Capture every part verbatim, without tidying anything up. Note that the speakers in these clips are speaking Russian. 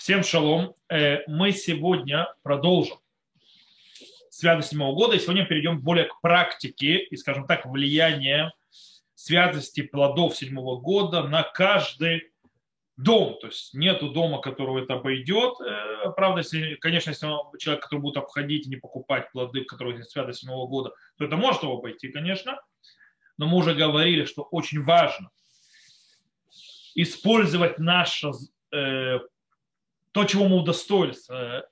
Всем шалом. Э, Мы сегодня продолжим святость седьмого года, и сегодня перейдем более к практике и, скажем так, влияния святости плодов седьмого года на каждый дом. То есть нету дома, которого это обойдет. Э, Правда, если, конечно, если человек, который будет обходить и не покупать плоды, в которых есть святость седьмого года, то это может его обойти, конечно. Но мы уже говорили, что очень важно использовать наше э, то, чего мы удостоились,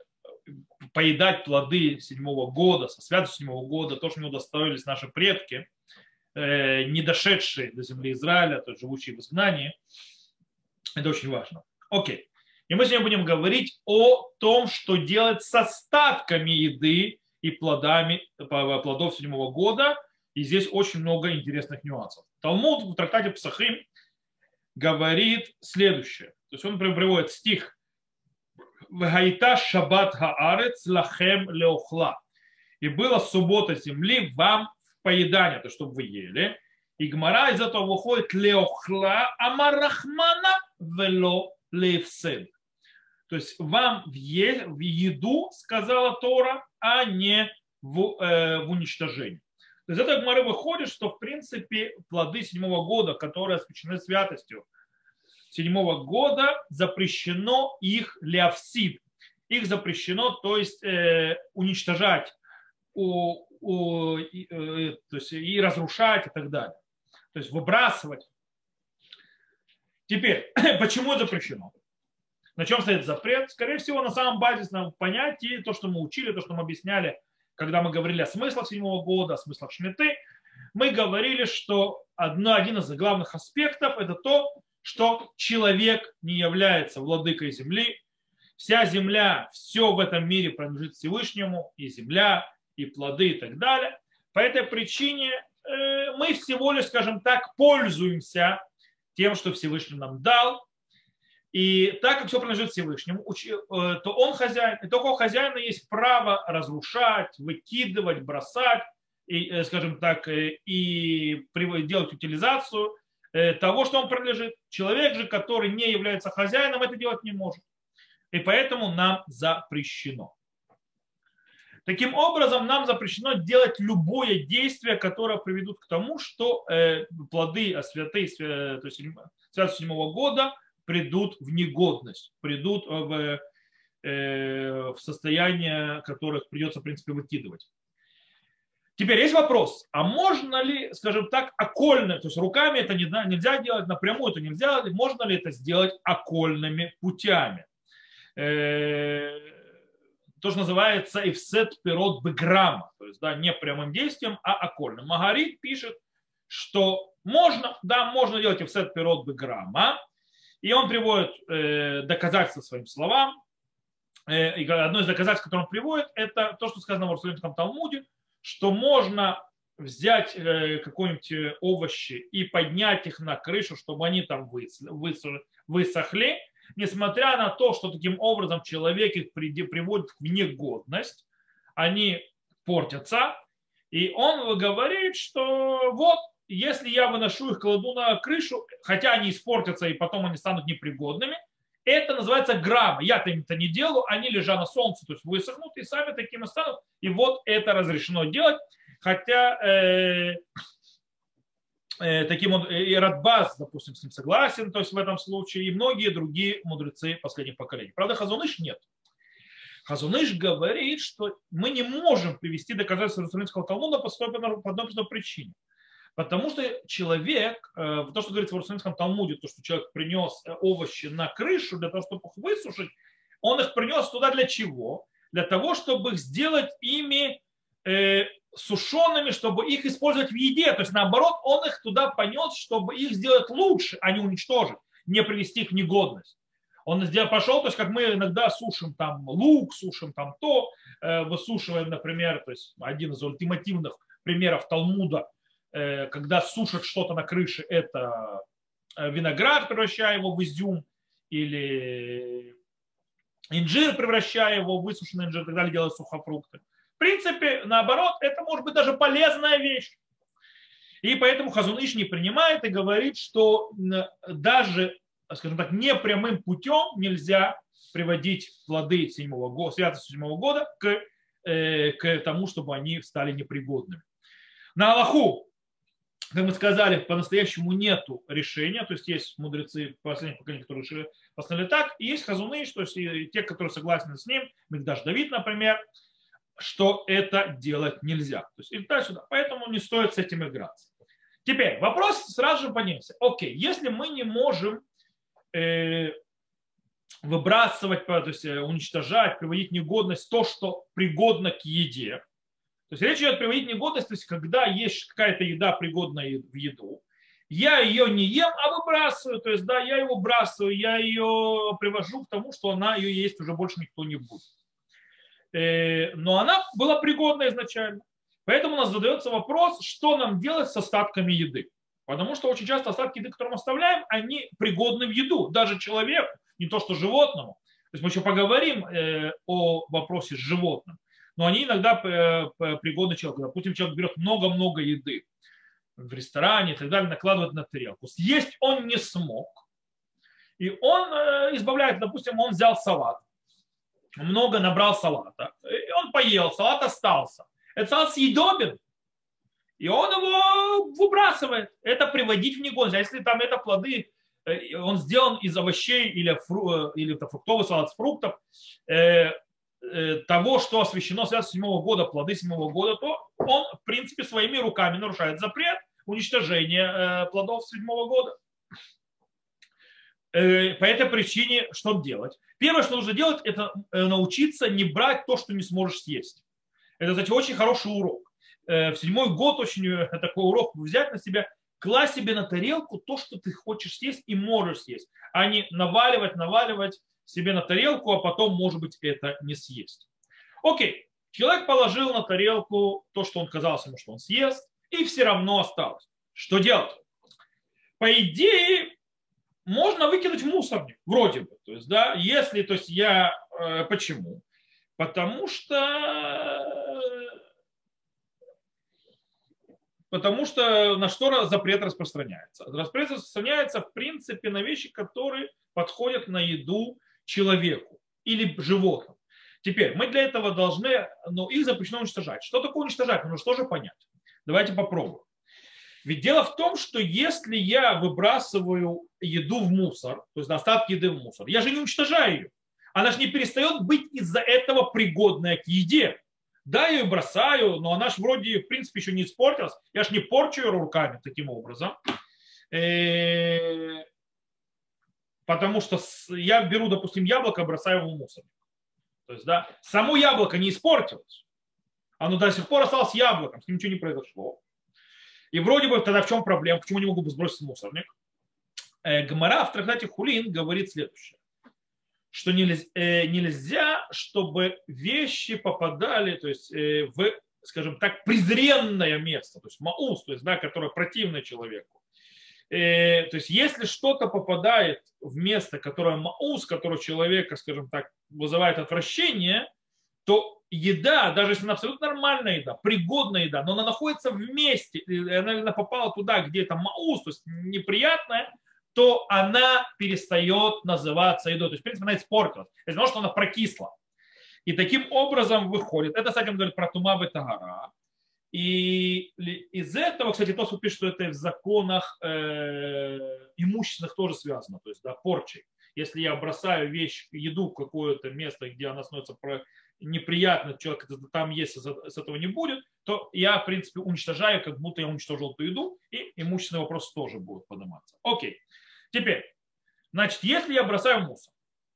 поедать плоды седьмого года, со святостью седьмого года, то, что мы удостоились наши предки, не дошедшие до земли Израиля, то есть живущие в изгнании, это очень важно. Окей. И мы сегодня будем говорить о том, что делать с остатками еды и плодами, плодов седьмого года. И здесь очень много интересных нюансов. Талмуд в трактате Псахим говорит следующее. То есть он приводит стих «Вегайта шаббат хаарец лахем леохла». И была суббота земли вам в поедание, то чтобы вы ели. И Гмара из этого выходит леохла амарахмана вело левсед. То есть вам в еду, сказала Тора, а не в, э, в уничтожении. То есть это Гмара выходит, что в принципе плоды седьмого года, которые освящены святостью седьмого года, запрещено их лявсид. Их запрещено, то есть э, уничтожать, у, у, и, э, то есть, и разрушать и так далее. То есть выбрасывать. Теперь, почему это запрещено? На чем стоит запрет? Скорее всего, на самом базисном понятии, то, что мы учили, то, что мы объясняли, когда мы говорили о смыслах седьмого года, о смыслах шмиты, мы говорили, что одно, один из главных аспектов – это то, что человек не является владыкой земли. Вся земля, все в этом мире принадлежит Всевышнему, и земля, и плоды, и так далее. По этой причине мы всего лишь, скажем так, пользуемся тем, что Всевышний нам дал. И так как все принадлежит Всевышнему, то он хозяин. И только у хозяина есть право разрушать, выкидывать, бросать, и, скажем так, и делать утилизацию того, что он принадлежит. Человек же, который не является хозяином, это делать не может. И поэтому нам запрещено. Таким образом, нам запрещено делать любое действие, которое приведут к тому, что плоды святые, то есть святость седьмого года придут в негодность, придут в, в состояние, которых придется, в принципе, выкидывать. Теперь есть вопрос, а можно ли, скажем так, окольно, то есть руками это нельзя делать, напрямую это нельзя, можно ли это сделать окольными путями? То, что называется ифсет пирот беграма, то есть да, не прямым действием, а окольным. Магарит пишет, что можно, да, можно делать ифсет пирот беграма, и он приводит доказательства своим словам. И одно из доказательств, которое он приводит, это то, что сказано в Иерусалимском Талмуде, что можно взять какие-нибудь овощи и поднять их на крышу, чтобы они там высохли, несмотря на то, что таким образом человек их приводит в негодность, они портятся, и он говорит, что вот, если я выношу их, кладу на крышу, хотя они испортятся и потом они станут непригодными, это называется грамма. Я-то это не делаю, они лежат на солнце, то есть высохнут и сами такими станут. И вот это разрешено делать. Хотя э, э, таким вот и Радбаз, допустим, с ним согласен, то есть в этом случае, и многие другие мудрецы последних поколений. Правда, Хазуныш нет. Хазуныш говорит, что мы не можем привести доказательства Иерусалимского Талмуда по одной простой причине. Потому что человек, то, что говорится в Иерусалимском Талмуде, то, что человек принес овощи на крышу для того, чтобы их высушить, он их принес туда для чего? Для того, чтобы их сделать ими э, сушеными, чтобы их использовать в еде. То есть наоборот, он их туда понес, чтобы их сделать лучше, а не уничтожить, не привести их в негодность. Он пошел, то есть как мы иногда сушим там лук, сушим там то, э, высушиваем, например, то есть один из ультимативных примеров Талмуда, когда сушат что-то на крыше, это виноград, превращая его в изюм, или инжир, превращая его в высушенный инжир, и так далее, делая сухофрукты. В принципе, наоборот, это может быть даже полезная вещь. И поэтому Хазуныш не принимает и говорит, что даже скажем так, непрямым путем нельзя приводить плоды седьмого года, святости седьмого года к, э, к тому, чтобы они стали непригодными. На Аллаху, как мы сказали, по-настоящему нету решения, то есть есть мудрецы последних поколений, которые решили, постановили так, и есть хазуны, что есть и те, которые согласны с ним, Мигдаш Давид, например, что это делать нельзя. То есть и туда-сюда. Поэтому не стоит с этим играться. Теперь вопрос сразу же поднимется. Окей, если мы не можем э, выбрасывать, то есть уничтожать, приводить в негодность то, что пригодно к еде. То есть речь идет о приводить в негодность, то есть когда есть какая-то еда пригодная в еду, я ее не ем, а выбрасываю. То есть да, я его выбрасываю, я ее привожу к тому, что она ее есть уже больше никто не будет. Э, но она была пригодна изначально. Поэтому у нас задается вопрос, что нам делать с остатками еды. Потому что очень часто остатки еды, которые мы оставляем, они пригодны в еду. Даже человеку, не то что животному. То есть мы еще поговорим э, о вопросе с животным. Но они иногда э, пригодны человеку. Допустим, человек берет много-много еды в ресторане и так далее, накладывает на тарелку. Съесть он не смог. И он э, избавляет, допустим, он взял салат. Много набрал салата. И он поел, салат остался. Этот салат съедобен. И он его выбрасывает. Это приводить в негодность. А если там это плоды, он сделан из овощей или, фру, или это фруктовый салат с фруктов, э, э, того, что освящено святостью седьмого года, плоды седьмого года, то он, в принципе, своими руками нарушает запрет уничтожения э, плодов седьмого года. Э, по этой причине что делать? Первое, что нужно делать, это научиться не брать то, что не сможешь съесть. Это, кстати, очень хороший урок. В седьмой год очень такой урок взять на себя, класть себе на тарелку то, что ты хочешь съесть и можешь съесть, а не наваливать, наваливать себе на тарелку, а потом, может быть, это не съесть. Окей, человек положил на тарелку то, что он казалось ему, что он съест, и все равно осталось. Что делать? По идее, можно выкинуть в мусорник, вроде бы. То есть, да, если, то есть я, э, почему? Потому что, потому что на что запрет распространяется? Запрет распространяется, в принципе, на вещи, которые подходят на еду человеку или животным. Теперь, мы для этого должны, ну, их запрещено уничтожать. Что такое уничтожать? Нужно что же понять? Давайте попробуем. Ведь дело в том, что если я выбрасываю еду в мусор, то есть остатки еды в мусор, я же не уничтожаю ее. Она же не перестает быть из-за этого пригодная к еде. Да, я ее бросаю, но она же вроде, в принципе, еще не испортилась. Я же не порчу ее руками таким образом. Потому что я беру, допустим, яблоко, бросаю его в мусорник. То есть, да, само яблоко не испортилось. Оно до сих пор осталось яблоком, с ним ничего не произошло. И вроде бы тогда в чем проблема? Почему не могу сбросить в мусорник? Гемара в трактате Хулин говорит следующее. Что нельзя, чтобы вещи попадали, то есть, в, скажем так, презренное место, то есть маус, то есть, да, которое противно человеку. То есть если что-то попадает в место, которое маус, которое человека, скажем так, вызывает отвращение, то еда, даже если она абсолютно нормальная еда, пригодная еда, но она находится в месте, она попала туда, где это маус, то есть неприятная, то она перестает называться едой. То есть, в принципе, она испортилась. Из-за того, что она прокисла. И таким образом выходит. Это, кстати, говорит про тума ве-тагара. И из этого, кстати, то, что пишет, что это в законах э, имущественных тоже связано. То есть, да, порчей. Если я бросаю вещь, еду в какое-то место, где она становится неприятной, человек там есть, с этого не будет, то я, в принципе, уничтожаю, как будто я уничтожил эту еду, и имущественный вопрос тоже будет подниматься. Окей. Теперь, значит, если я бросаю мусор,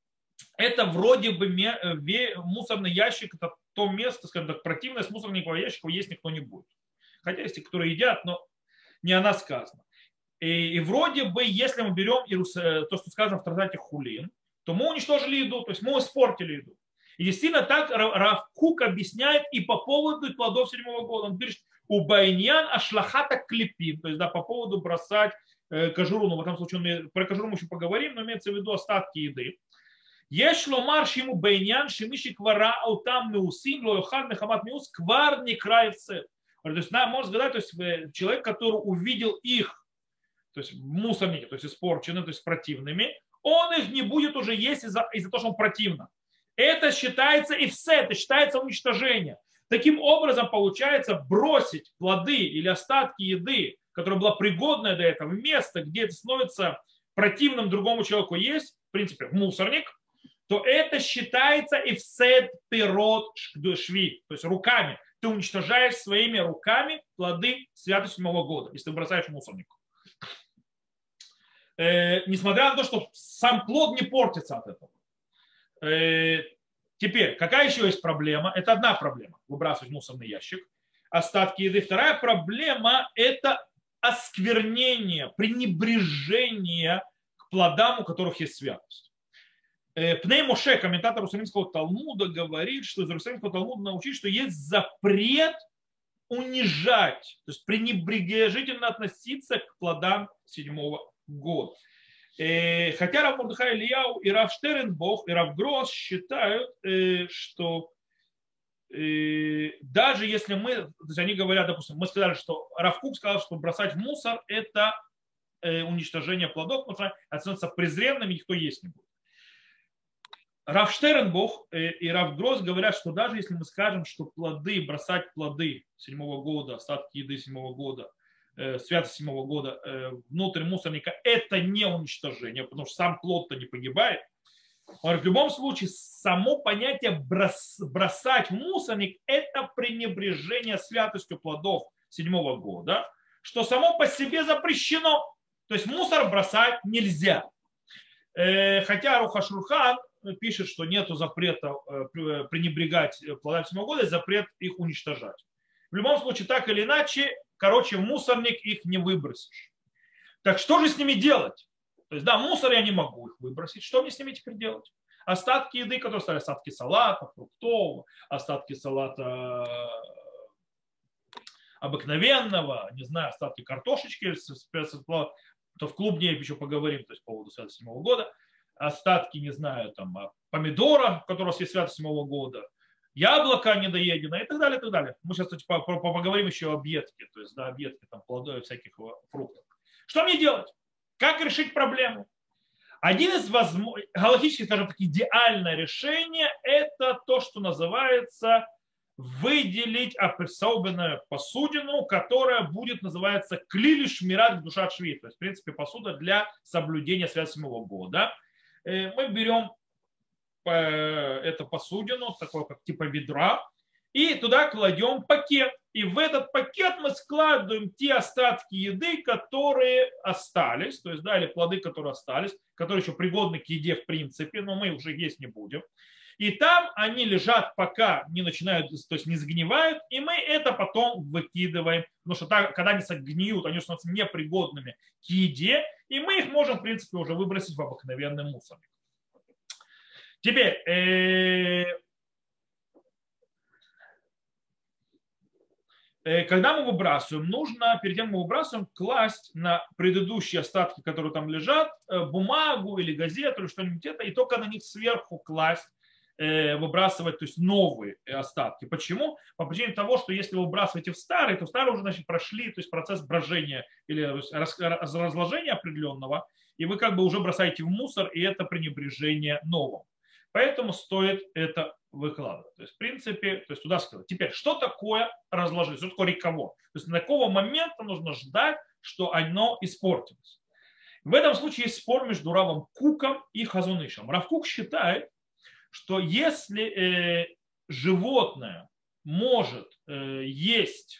это вроде бы мусорный ящик, это то место, скажем так, противное с мусорного ящика есть никто не будет. Хотя есть те, которые едят, но не она сказана. И, и вроде бы, если мы берем то, что сказано в трактате Хулин, то мы уничтожили еду, то есть мы испортили еду. И действительно так Рав Кук объясняет и по поводу плодов седьмого года. Он пишет, у байнян ашлахата клепин, то есть да, по поводу бросать э, кожуру, ну в этом случае мы, про кожуру мы еще поговорим, но имеется в виду остатки еды. Есть ломар шиму байнян шимиши квара аутам меусим лоюхан мехамат меус квар не краевце. То есть, да, можно сказать, то есть человек, который увидел их, то есть в мусорнике, то есть испорчены, то есть противными, он их не будет уже есть из-за из того, что он противно. Это считается и все, это считается уничтожение. Таким образом, получается, бросить плоды или остатки еды, которая была пригодная для этого, в место, где это становится противным другому человеку есть, в принципе, в мусорник, то это считается и всет пирот шви, то есть руками. Ты уничтожаешь своими руками плоды святости седьмого года, если ты бросаешь в мусорник. Э, несмотря на то, что сам плод не портится от этого. Э, теперь, какая еще есть проблема? Это одна проблема, выбрасывать в мусорный ящик остатки еды. Вторая проблема – это осквернение, пренебрежение к плодам, у которых есть святость. Пней Моше, комментатор Иерусалимского Талмуда, говорит, что из Иерусалимского Талмуда научить, что есть запрет унижать, то есть пренебрежительно относиться к плодам седьмого года. Хотя Рав Мордехай Элияу и Рав Штернбох и Рав Гросс считают, что даже если мы, то есть они говорят, допустим, мы сказали, что Рав Кук сказал, что бросать в мусор – это уничтожение плодов, потому что они становятся презренными, их кто есть не будет. Рав Штернбох и Рав Гросс говорят, что даже если мы скажем, что плоды, бросать плоды седьмого года, остатки еды седьмого года, э, святость седьмого года э, внутрь мусорника, это не уничтожение, потому что сам плод-то не погибает. В любом случае, само понятие брос, бросать в мусорник – это пренебрежение святостью плодов седьмого года, что само по себе запрещено. То есть мусор бросать нельзя. Э, хотя Арух ха-Шульхан пишет, что нет запрета пренебрегать плодами седьмого года, запрет их уничтожать. В любом случае, так или иначе, короче, в мусорник их не выбросишь. Так что же с ними делать? То есть, да, мусор я не могу их выбросить. Что мне с ними теперь делать? Остатки еды, которые стали остатки салата, фруктового, остатки салата обыкновенного, не знаю, остатки картошечки, то в клубне еще поговорим, то есть по поводу святости седьмого года. Остатки, не знаю, там, помидора, у которого есть святость седьмого года, яблоко недоеденное и так далее, и так далее. Мы сейчас, кстати, поговорим еще о объедке, то есть, да, объедке, там, плодов и всяких фруктов. Что мне делать? Как решить проблему? Один из возможных, галактических, скажем так, идеальное решение – это то, что называется выделить особенную посудину, которая будет называться клили шмират душа шви, то есть, в принципе, посуда для соблюдения святости седьмого года. Мы берем эту посудину, такое как типа ведра, и туда кладем пакет. И в этот пакет мы складываем те остатки еды, которые остались, то есть, да, или плоды, которые остались, которые еще пригодны к еде в принципе, но мы уже есть не будем. И там они лежат, пока не начинают, то есть не сгнивают, и мы это потом выкидываем, потому что так, когда они сгниют, они становятся непригодными к еде, и мы их можем, в принципе, уже выбросить в обыкновенный мусорник. Теперь, э, э, когда мы выбрасываем, нужно, перед тем, как мы выбрасываем, класть на предыдущие остатки, которые там лежат, бумагу или газету или что-нибудь это, и только на них сверху класть, выбрасывать, то есть новые остатки. Почему? По причине того, что если вы выбрасываете в старые, то старые уже, значит, прошли, то есть процесс брожения или разложения определенного, и вы как бы уже бросаете в мусор, и это пренебрежение новым. Поэтому стоит это выкладывать. То есть, в принципе, то есть туда сказать. Теперь, что такое разложить? Что такое реково? То есть, на какого момента нужно ждать, что оно испортилось? В этом случае есть спор между Равом Куком и Хазон Ишем. Рав Кук считает, что если э, животное может э, есть,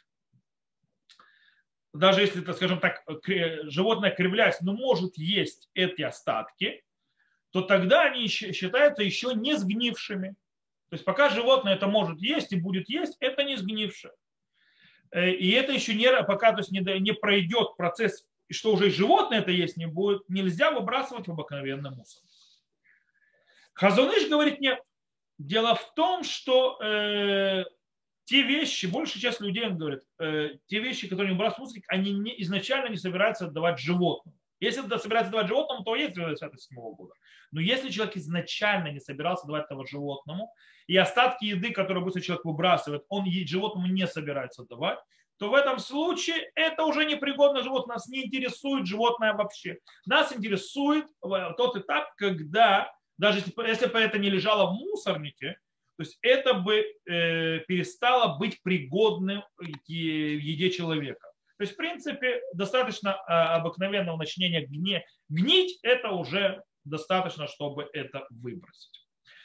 даже если, так, скажем так, животное кривляясь, но может есть эти остатки, то тогда они считаются еще не сгнившими. То есть пока животное это может есть и будет есть, это не сгнившее. И это еще не, пока то есть не, не пройдет процесс, что уже и животное это есть не будет, нельзя выбрасывать в обыкновенный мусор. Хазон Иш говорит нет. Дело в том, что э, те вещи, большая часть людей, он говорит, э, те вещи, которые не выбрасывают в мусорник, они не, изначально не собираются отдавать животному. Если это собирается давать животному, то есть святость седьмого года. Но если человек изначально не собирался давать этого животному, и остатки еды, которые обычно человек выбрасывает, он животному не собирается давать, то в этом случае это уже непригодное животное. Нас не интересует животное вообще. Нас интересует тот этап, когда, даже если, если бы это не лежало в мусорнике, то есть это бы э, перестало быть пригодным к еде человека. То есть, в принципе, достаточно э, обыкновенного начинения гне, гнить, это уже достаточно, чтобы это выбросить.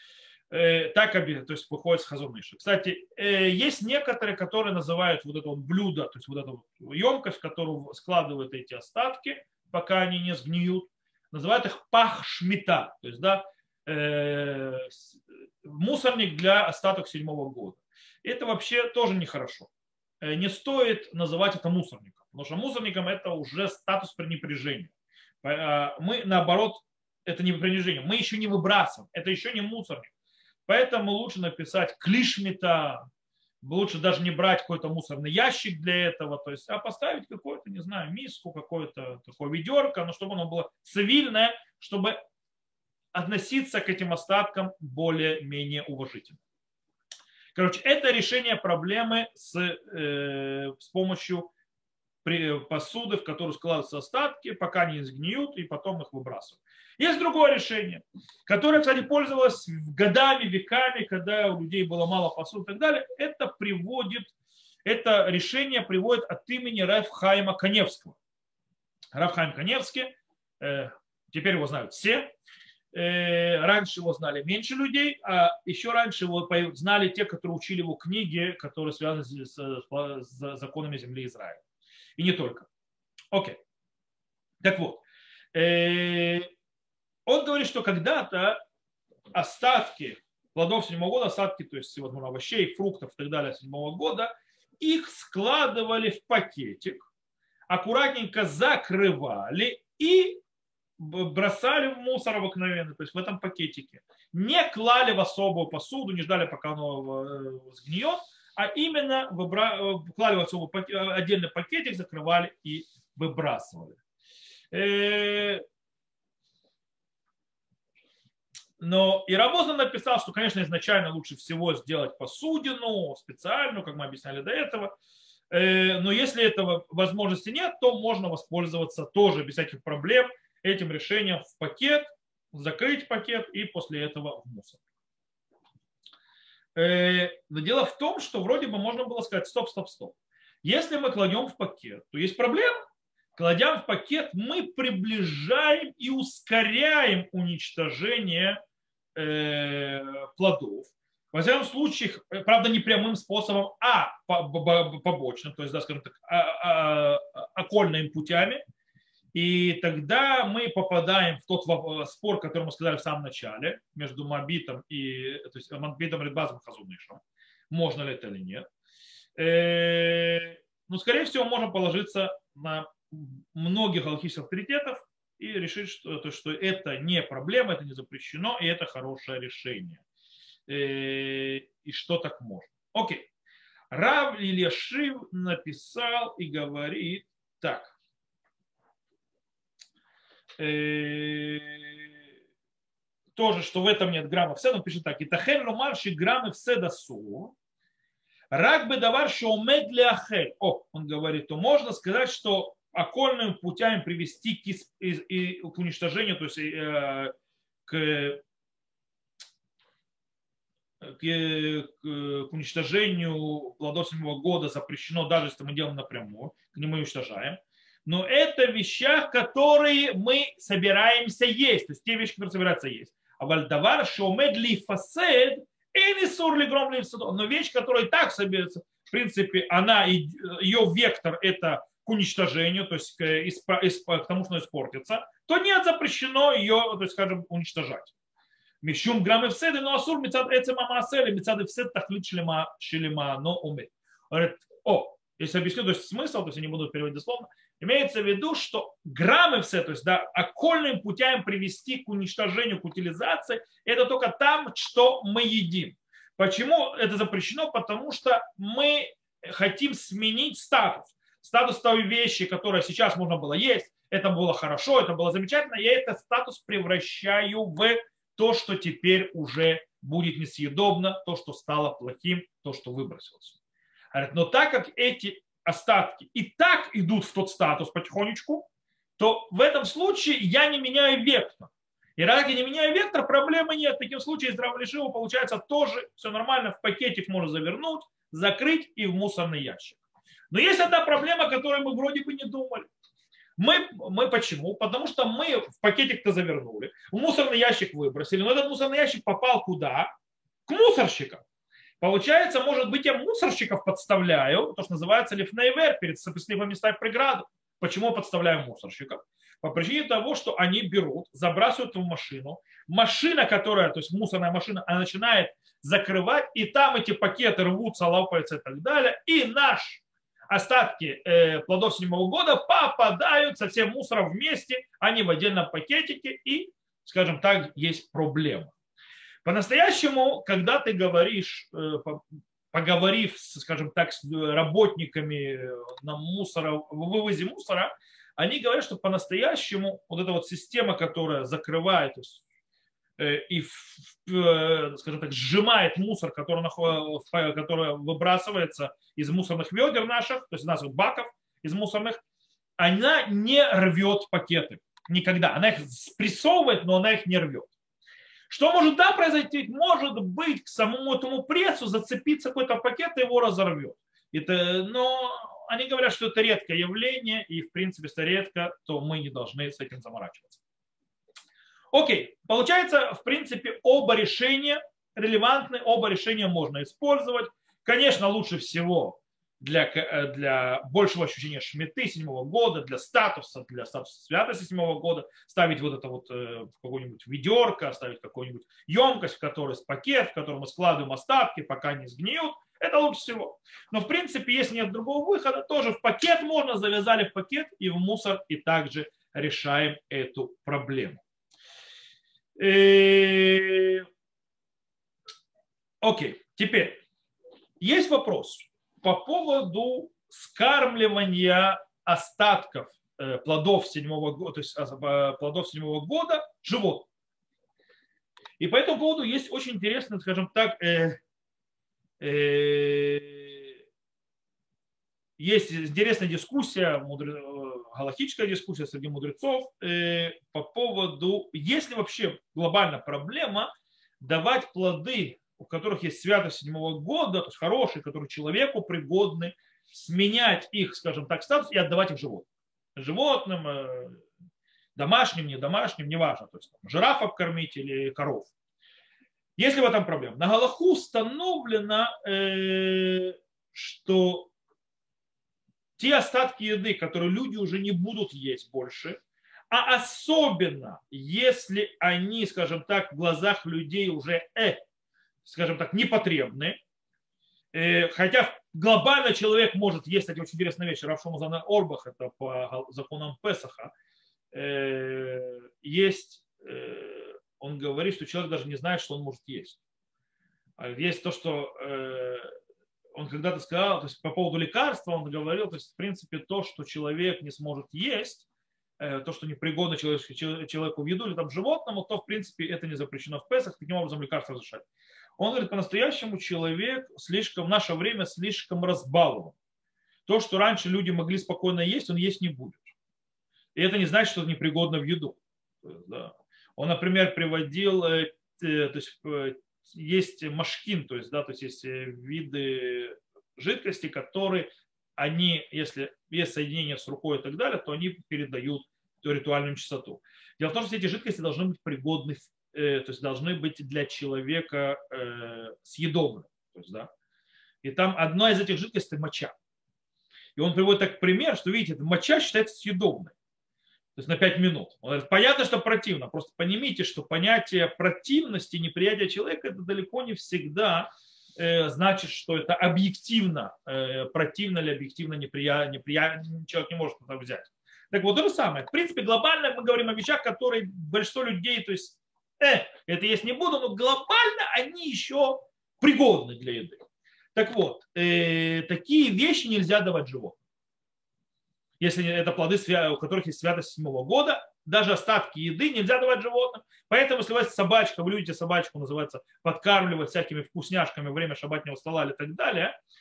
Так, то есть выходит с хазуныша. Кстати, есть некоторые, которые называют вот это вот блюдо, то есть вот эту вот емкость, в которую складывают эти остатки, пока они не сгниют, называют их пах-шмита, то есть да, э, мусорник для остаток седьмого года. Это вообще тоже нехорошо. Не стоит называть это мусорником, потому что мусорником это уже статус пренебрежения. Мы наоборот, это не пренебрежение, мы еще не выбрасываем, это еще не мусорник. Поэтому лучше написать клишмита, лучше даже не брать какой-то мусорный ящик для этого, то есть, а поставить какую-то, не знаю, миску, какое-то такое ведерко, но чтобы оно было цивильное, чтобы относиться к этим остаткам более-менее уважительно. Короче, это решение проблемы с, э, с помощью посуды, в которую складываются остатки, пока они сгниют, и потом их выбрасывают. Есть другое решение, которое, кстати, пользовалось годами, веками, когда у людей было мало посуды и так далее. Это приводит, это решение приводит от имени Рав Хаима Каневского. Рав Хаим Каневский, э, теперь его знают все. Э, раньше его знали меньше людей, а еще раньше его знали те, которые учили его книги, которые связаны с, с, с законами земли Израиля. И не только. Окей. Так вот. Э, Он говорит, что когда-то остатки плодов седьмого года, остатки, то есть возможно, овощей, фруктов и так далее седьмого года, их складывали в пакетик, аккуратненько закрывали и бросали в мусор обыкновенный, то есть в этом пакетике. Не клали в особую посуду, не ждали, пока оно сгниет, а именно выбра... клали в особый пакет, отдельный пакетик, закрывали и выбрасывали. Но и Рабозан написал, что, конечно, изначально лучше всего сделать посудину специальную, как мы объясняли до этого. Но если этого возможности нет, то можно воспользоваться тоже без всяких проблем этим решением в пакет, закрыть пакет и после этого в мусор. Но дело в том, что вроде бы можно было сказать стоп, стоп, стоп. Если мы кладем в пакет, то есть проблема. Кладя в пакет, мы приближаем и ускоряем уничтожение э, плодов. Во всяком случае, правда, не прямым способом, а побочным, то есть, да, скажем так, окольными путями. И тогда мы попадаем в тот спор, который мы сказали в самом начале, между Мабитом и то есть, Мабитом, Ридбазом и Хазунышем. Можно ли это или нет. Э, но, скорее всего, можно положиться на многих галахических авторитетов и решить, что, то, что это не проблема, это не запрещено, и это хорошее решение. И что так можно. Окей. Рав Ильяшив написал и говорит так. Тоже, что в этом нет граммов седа, он пишет так. Итахен ломар ши граммов седа су. Рак бы давар шоумед для ахель. О, он говорит, то можно сказать, что окольными путями привести к, из, из, и, к уничтожению, то есть э, к, к, к уничтожению плодов седьмого года запрещено, даже если мы делаем напрямую, к нему уничтожаем. Но это в вещах, которые мы собираемся есть, то есть те вещи, которые собираются есть. А вальдавар шоумед ли фасед и не сур ли гром ли фасед. Но вещь, которая и так собирается, в принципе, она, ее вектор это к уничтожению, то есть к тому, что она испортится, то нет, запрещено ее, то есть, скажем, уничтожать. Мишум граммы вседы, но асур мецад эцема маасели, мецад всед тахлит шлема шлема, но умеет. Говорит, о, если объясню, то есть смысл, то есть я не буду переводить дословно, имеется в виду, что граммы все, то есть да, окольным путем привести к уничтожению, к утилизации, это только там, что мы едим. Почему это запрещено? Потому что мы хотим сменить статус. Статус той вещи, которая сейчас можно было есть, это было хорошо, это было замечательно, я этот статус превращаю в то, что теперь уже будет несъедобно, то, что стало плохим, то, что выбросилось. Но так как эти остатки и так идут в тот статус потихонечку, то в этом случае я не меняю вектор. И раз я не меняю вектор, проблемы нет. В таком случае из здраворешива получается тоже все нормально, в пакетик можно завернуть, закрыть и в мусорный ящик. Но есть одна проблема, о которой мы вроде бы не думали. Мы, мы почему? Потому что мы в пакетик-то завернули, в мусорный ящик выбросили, но этот мусорный ящик попал куда? К мусорщикам. Получается, может быть, я мусорщиков подставляю, то, что называется лифнейвер, перед сопоставимыми ставь преграду. Почему я подставляю мусорщиков? По причине того, что они берут, забрасывают в машину. Машина, которая, то есть мусорная машина, она начинает закрывать, и там эти пакеты рвутся, лопаются и так далее. И наш остатки э, плодов седьмого года попадают со всем мусором вместе, они в отдельном пакетике, и, скажем так, есть проблема. По-настоящему, когда ты говоришь, э, поговорив, скажем так, с работниками на мусора, в вывозе мусора, они говорят, что по-настоящему вот эта вот система, которая закрывает и, скажем так, сжимает мусор, который, который выбрасывается из мусорных ведер наших, то есть из наших баков, из мусорных, она не рвет пакеты никогда. Она их спрессовывает, но она их не рвет. Что может да произойти? Может быть, к самому этому прессу зацепиться какой-то пакет и его разорвет. Это, но они говорят, что это редкое явление, и в принципе, если редко, то мы не должны с этим заморачиваться. Окей, получается, в принципе, оба решения релевантны, оба решения можно использовать. Конечно, лучше всего для, для большего ощущения шмиты седьмого года, для статуса, для статуса святости седьмого года ставить вот это вот э, какое-нибудь ведерко, ставить какую-нибудь емкость, в которой пакет, в котором мы складываем остатки, пока не сгниют. Это лучше всего. Но в принципе, если нет другого выхода, тоже в пакет можно, завязали в пакет и в мусор, и также решаем эту проблему. И... Окей, теперь есть вопрос по поводу скармливания остатков плодов седьмого года, то есть плодов седьмого года животным. И по этому поводу есть очень интересная, скажем так, э, э, есть интересная дискуссия, мудре, галактическая дискуссия среди мудрецов э, по поводу, есть ли вообще глобальная проблема давать плоды, у которых есть святость седьмого года, то есть хорошие, которые человеку пригодны, сменять их, скажем так, статус и отдавать их животным. Животным, домашним, не домашним, неважно. То есть там, жирафов кормить или коров. Есть ли в этом проблема? На галаху установлено, э, что те остатки еды, которые люди уже не будут есть больше, а особенно если они, скажем так, в глазах людей уже э, скажем так, непотребны. Хотя глобально человек может есть, кстати, очень интересная вещь. Рав Шамазан Орбах, это по законам Песаха, есть, он говорит, что человек даже не знает, что он может есть. Есть то, что он когда-то сказал, то есть по поводу лекарства он говорил, то есть в принципе то, что человек не сможет есть, то, что непригодно человеку в еду или там животному, то в принципе это не запрещено в Песах, таким образом лекарство разрешает. Он говорит, по-настоящему человек слишком, в наше время слишком разбалован. То, что раньше люди могли спокойно есть, он есть не будет. И это не значит, что это непригодно в еду. Да. Он, например, приводил, то есть есть машкин, то есть, да, то есть есть виды жидкости, которые они, если есть соединение с рукой и так далее, то они передают эту ритуальную чистоту. Дело в том, что эти жидкости должны быть пригодны, то есть должны быть для человека съедобны. То есть, да. И там одна из этих жидкостей – моча. И он приводит так пример, что, видите, моча считается съедобной. То есть на пять минут. Он говорит, понятно, что противно. Просто поймите, что понятие противности, неприятия человека – это далеко не всегда э, значит, что это объективно э, противно или объективно неприятно. Неприя... Человек не может это взять. Так вот, то же самое. В принципе, глобально мы говорим о вещах, которые большинство людей, то есть, э, это есть не буду, но глобально они еще пригодны для еды. Так вот, э, такие вещи нельзя давать животным. Если это плоды, у которых есть святость седьмого года, даже остатки еды нельзя давать животным. Поэтому, если у вас собачка, вы любите собачку, называется, подкармливать всякими вкусняшками во время шаббатного стола или так далее,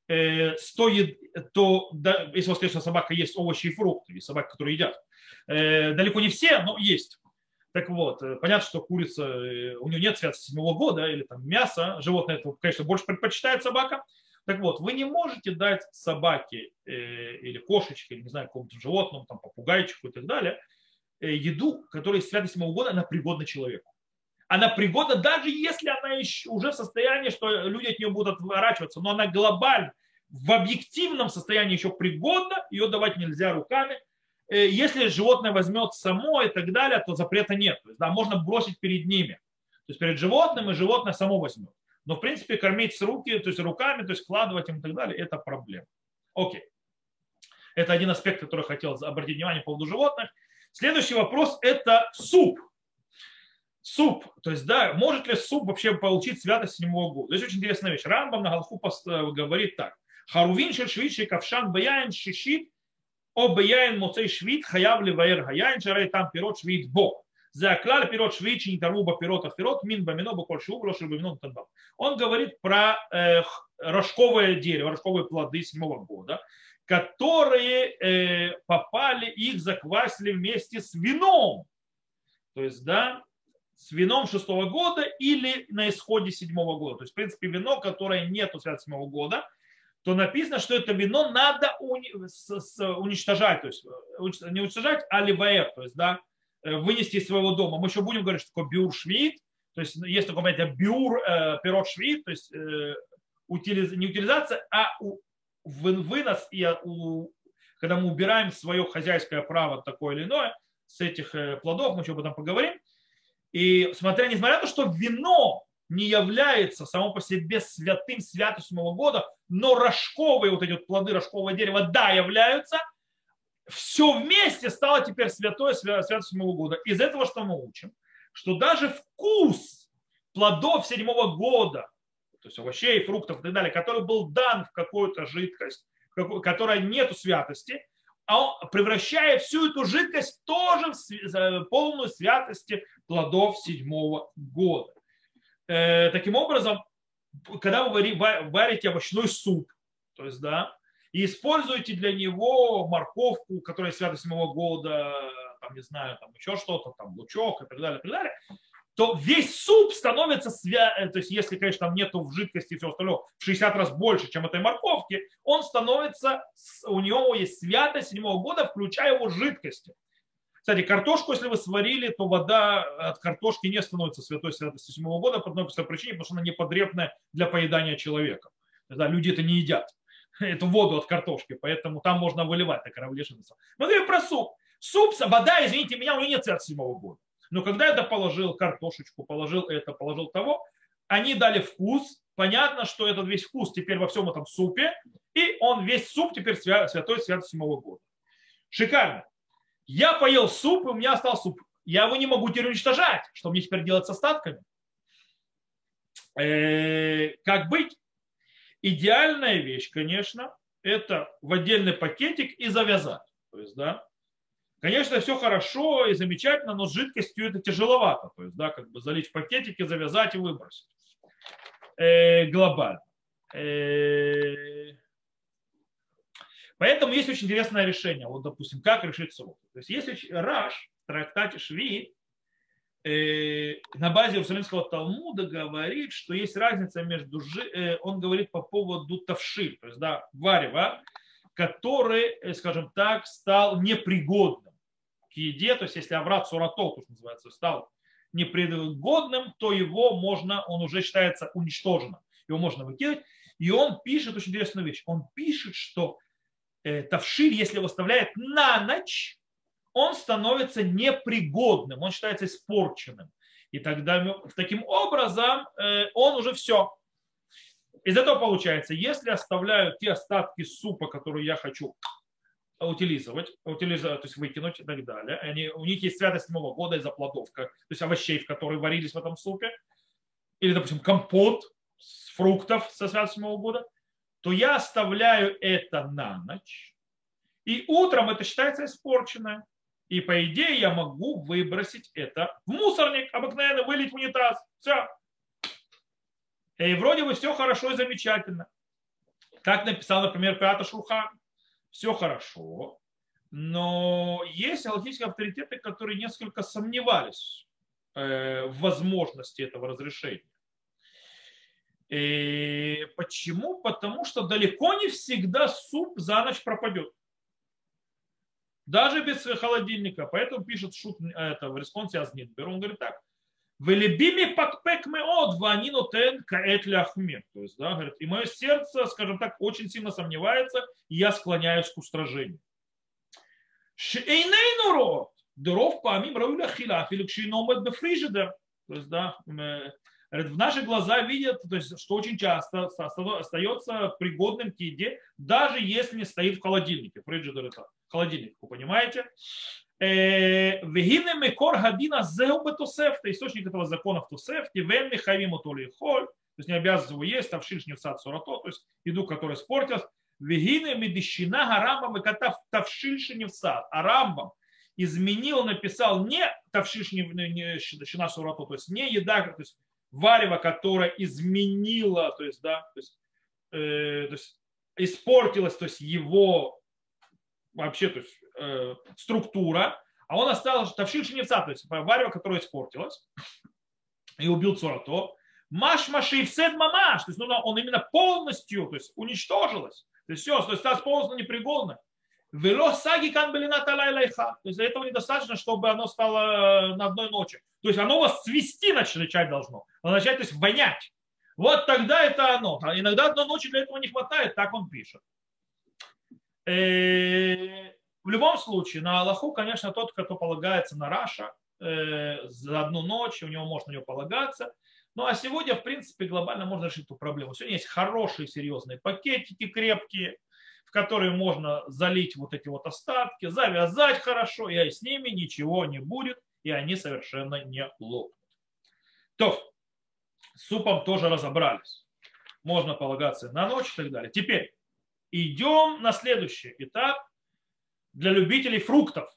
э, стоит, то да, если у вас, конечно, собака есть овощи и фрукты, и собаки, которые едят, э, далеко не все, но есть. Так вот, э, понятно, что курица, э, у нее нет святости седьмого года, или там мясо, животное, это, конечно, больше предпочитает собака. Так вот, вы не можете дать собаке э, или кошечке, или, не знаю, какому-то животному, там, попугайчику и так далее, э, еду, которая из святости седьмого года, она пригодна человеку. Она пригодна, даже если она еще уже в состоянии, что люди от нее будут отворачиваться, но она глобально, в объективном состоянии еще пригодна, ее давать нельзя руками. Если животное возьмет само и так далее, то запрета нет. То есть, да, можно бросить перед ними. То есть перед животным, и животное само возьмет. Но в принципе кормить с руки, то есть руками, то есть вкладывать им и так далее, это проблема. Окей. Это один аспект, который я хотел обратить внимание по поводу животных. Следующий вопрос – это суп. Суп, то есть, да, может ли суп вообще получить святость седьмого года? Здесь очень интересная вещь. Рамбам на Галаху говорит так. Харувин шельшвит шейкавшан баяин шишит о баяин моцей швит хаяв ливаэр гаяин шарай там пирот швит бо. За клаль пирот швит шинитаруба пирот ахпирот мин бамино баколь шуб лошер бамино тадбам. Он говорит про э, рожковое дерево, рожковые плоды седьмого года, которые э, попали, их заквасили вместе с вином. То есть, да, с вином шестого года или на исходе седьмого года. То есть, в принципе, вино, которое нету святости седьмого года, то написано, что это вино надо уничтожать. То есть, не уничтожать, а ливаэр, то есть, да, вынести из своего дома. Мы еще будем говорить, что такое биур швид. То есть, есть такое понятие биур, э, пирот швид, то есть, э, утилиз, не утилизация, а у, вынос, и у, когда мы убираем свое хозяйское право такое или иное с этих плодов, мы еще об этом поговорим. И смотря, несмотря на то, что вино не является само по себе святым святостью седьмого года, но рожковые вот эти вот плоды рожкового дерева, да, являются, все вместе стало теперь святое святостью седьмого года. Из этого что мы учим? Что даже вкус плодов седьмого года, то есть овощей, фруктов и так далее, который был дан в какую-то жидкость, которая нету святости, а он превращает всю эту жидкость тоже в полную святости плодов седьмого года. Э, таким образом, когда вы варите овощной суп, то есть, да, и используете для него морковку, которая святость седьмого года, там, не знаю, там еще что-то, там, лучок и так далее, и так далее, то весь суп становится святым, то есть если, конечно, там нету в жидкости и всего остального в шестьдесят раз больше, чем этой морковки, он становится, у него есть святость седьмого года, включая его жидкости. Кстати, картошку, если вы сварили, то вода от картошки не становится святой святостью седьмого года по одной простой причине, потому что она непотребная для поедания человека. Да, люди это не едят, эту воду от картошки, поэтому там можно выливать на корабле. Мы говорим про суп. Суп, вода, извините меня, у нее нет святости седьмого года. Но когда я это положил картошечку, положил это, положил того, они дали вкус. Понятно, что этот весь вкус теперь во всем этом супе, и он весь суп теперь святой святости седьмого года. Шикарно. Я поел суп, и у меня остался суп. Я его не могу теперь уничтожать. Что мне теперь делать с остатками? Э-э- как быть? Идеальная вещь, конечно, это в отдельный пакетик и завязать. То есть, да, конечно, все хорошо и замечательно, но с жидкостью это тяжеловато. То есть, да, как бы залить в пакетики, завязать и выбросить. Э, глобально. Э, поэтому есть очень интересное решение. Вот, допустим, как решить срок. То есть, если Раш в трактате Шви э, на базе Иерусалимского Талмуда говорит, что есть разница между... Э, он говорит по поводу тавшиль, то есть, да, варева, который, скажем так, стал непригодным к еде. То есть, если аврат суратов, то, что называется, стал непригодным, то его можно, он уже считается уничтоженным. Его можно выкидывать. И он пишет очень интересную вещь. Он пишет, что э, тавшиль, если его оставляет на ночь, он становится непригодным, он считается испорченным. И тогда таким образом э, он уже все. Из этого получается, если оставляю те остатки супа, которые я хочу утилизировать, утилизировать, то есть выкинуть и так далее, они, у них есть святость седьмого года из-за плодов, то есть овощей, в которые варились в этом супе, или, допустим, компот с фруктов со святостью седьмого года, то я оставляю это на ночь, и утром это считается испорченное. И по идее я могу выбросить это в мусорник, обыкновенно вылить в унитаз. Все. И вроде бы все хорошо и замечательно. Как написал, например, Пятый Шурхан, все хорошо, но есть галахические авторитеты, которые несколько сомневались в возможности этого разрешения. И почему? Потому что далеко не всегда суп за ночь пропадет. Даже без холодильника. Поэтому пишет Шут это, в респонсе Азнитбер. Он говорит так. Велебими пакпек меод ванинотен каэт ляхмир. То есть, да, говорит, и мое сердце, скажем так, очень сильно сомневается, и я склоняюсь к устражению. Шейнейну рот. Доров памим рауля хилаф или кшиномет бефрижидер. То есть, да, в наши глаза видят, то есть, что очень часто остается пригодным к еде, даже если не стоит в холодильнике. Фриджидер это холодильник, вы понимаете? Вегине мекор гадина зеу бетосефта, источник этого закона в тосефте, вен михавиму то ли холь, то есть не обязан его есть, а в шиш не в сад сурато, то есть еду, которая испортилась. Вегине медищина гарамбам и кота тавшильши не в сад, а рамбам изменил, написал не тавшильши не щина сурато, то есть не еда, то есть варево, которое изменило, то есть, да, то есть, э, то есть испортилось, то есть его вообще, то есть, э, структура, а он остался тавшиль шиневца, то есть варево, которое испортилось и убил цорато. Маш маши всед мамаш, то есть ну, он именно полностью, то есть уничтожилось, то есть все, то есть стало полностью непригодно. Вело саги канбелина талай-лайха. То есть для этого недостаточно, чтобы оно стало на одной ночи. То есть оно у вас цвести начать должно. Оно начать, то есть вонять. Вот тогда это оно. А иногда одной ночи для этого не хватает, так он пишет. В любом случае, на Аллаху, конечно, тот, кто полагается на Раша за одну ночь, у него можно на него полагаться. Ну а сегодня, в принципе, глобально можно решить эту проблему. Сегодня есть хорошие, серьезные пакетики, крепкие, в которые можно залить вот эти вот остатки, завязать хорошо, и с ними ничего не будет, и они совершенно не лопнут. То, с супом тоже разобрались. Можно полагаться на ночь и так далее. Теперь идем на следующий этап для любителей фруктов.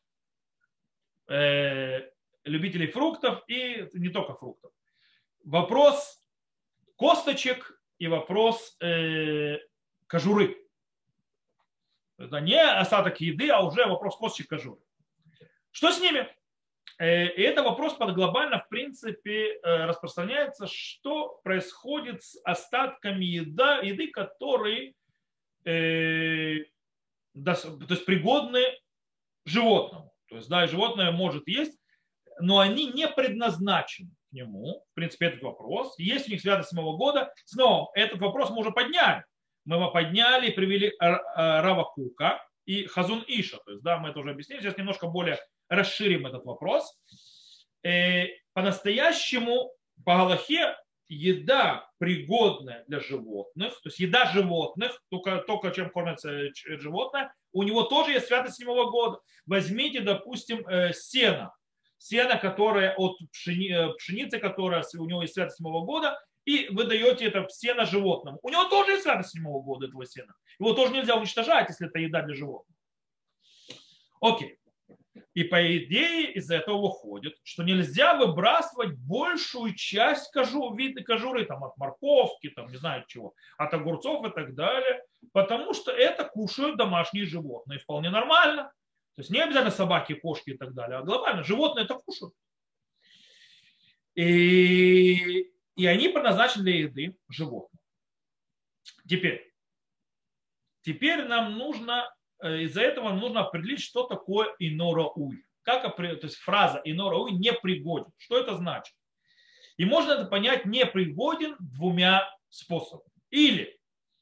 Э, любителей фруктов и не только фруктов. Вопрос косточек и вопрос э, кожуры. Это не остаток еды, а уже вопрос косточек кожуры. Что с ними? И это вопрос под глобально, в принципе, распространяется, что происходит с остатками еда, еды, которые э, то есть пригодны животному. То есть, да, животное может есть, но они не предназначены к нему. В принципе, этот вопрос. Есть у них святость седьмого года. Снова, этот вопрос мы уже подняли. Мы его подняли и привели Рава Кука и Хазун Иша. То есть, да, мы это уже объяснили. Сейчас немножко более расширим этот вопрос. По-настоящему, по Галахе, еда, пригодная для животных, то есть еда животных, только, только чем кормится животное, у него тоже есть святость седьмого года. Возьмите, допустим, сено. Сено, которое от пшени, пшеницы, которая у него есть святость седьмого года, и вы даете это сено животному. У него тоже есть святость седьмого года этого сена. Его тоже нельзя уничтожать, если это еда для животных. Окей. И по идее из этого выходит, что нельзя выбрасывать большую часть кожу, вида кожуры там, от морковки, там, не знаю чего, от огурцов и так далее, потому что это кушают домашние животные. Вполне нормально. То есть не обязательно собаки, кошки и так далее, а глобально животные это кушают. И, и они предназначены для еды животных. Теперь, теперь нам нужно... Из-за этого нужно определить, что такое инорауй. Как, то есть фраза инорауй непригоден. Что это значит? И можно это понять непригоден двумя способами. Или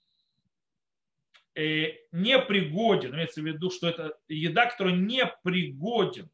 э, непригоден, имеется в виду, что это еда, которая непригоден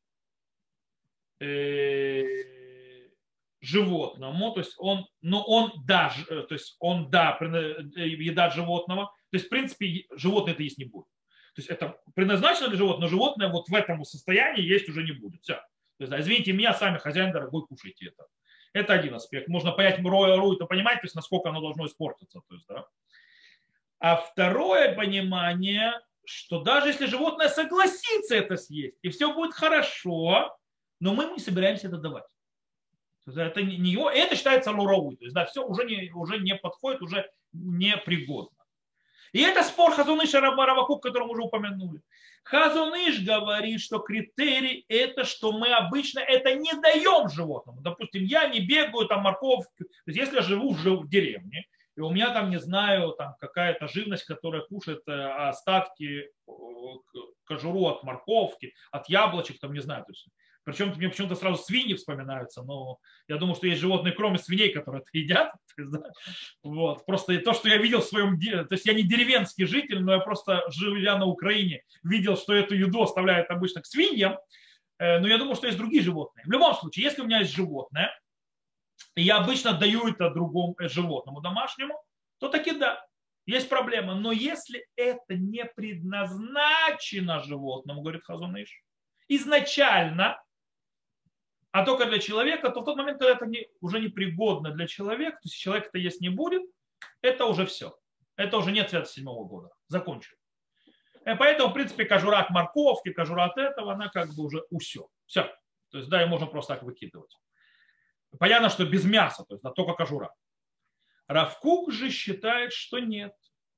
э, животному, то есть он, но он да, то есть он да, еда животного, то есть в принципе животное это есть не будет. То есть это предназначено для животного, но животное вот в этом состоянии есть уже не будет. Все. То есть, да, извините меня, сами хозяин дорогой, кушайте это. Это один аспект. Можно понять рой, то понимать, то есть насколько оно должно испортиться. То есть, да. А второе понимание, что даже если животное согласится это съесть, и все будет хорошо, но мы не собираемся это давать. Это, не его, это считается лурауй. То есть, да, все уже не, уже не подходит, уже непригодно. И это спор Хазуныша Равакук, который мы уже упомянули. Хазуныш говорит, что критерий это, что мы обычно это не даем животному. Допустим, я не бегаю там морковку. То есть если я живу в деревне, и у меня там, не знаю, там какая-то живность, которая кушает остатки, кожуру от морковки, от яблочек, там, не знаю. То есть, причем мне почему-то сразу свиньи вспоминаются, но я думаю, что есть животные, кроме свиней, которые это едят. То есть, да, вот. Просто то, что я видел в своем деле, то есть я не деревенский житель, но я просто, живя на Украине, видел, что эту еду оставляют обычно к свиньям, но я думаю, что есть другие животные. В любом случае, если у меня есть животное, и я обычно даю это другому животному домашнему, то таки да, есть проблема. Но если это не предназначено животному, говорит Хазуныш, изначально, а только для человека, то в тот момент, когда это не, уже непригодно для человека, то есть человек это есть не будет, это уже все. Это уже нет цвета седьмого года. Закончили. Поэтому, в принципе, кожура от морковки, кожура от этого, она как бы уже все. Все. То есть, да, ее можно просто так выкидывать. Понятно, что без мяса, то есть да, только кожура. Рав Кук же считает, что нет.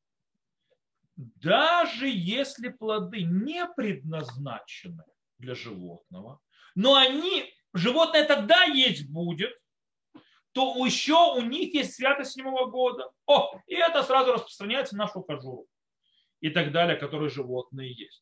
Даже если плоды не предназначены для животного, но они, животное тогда есть будет, то еще у них есть святость седьмого года. О, и это сразу распространяется на нашу кожуру и так далее, которые животные есть.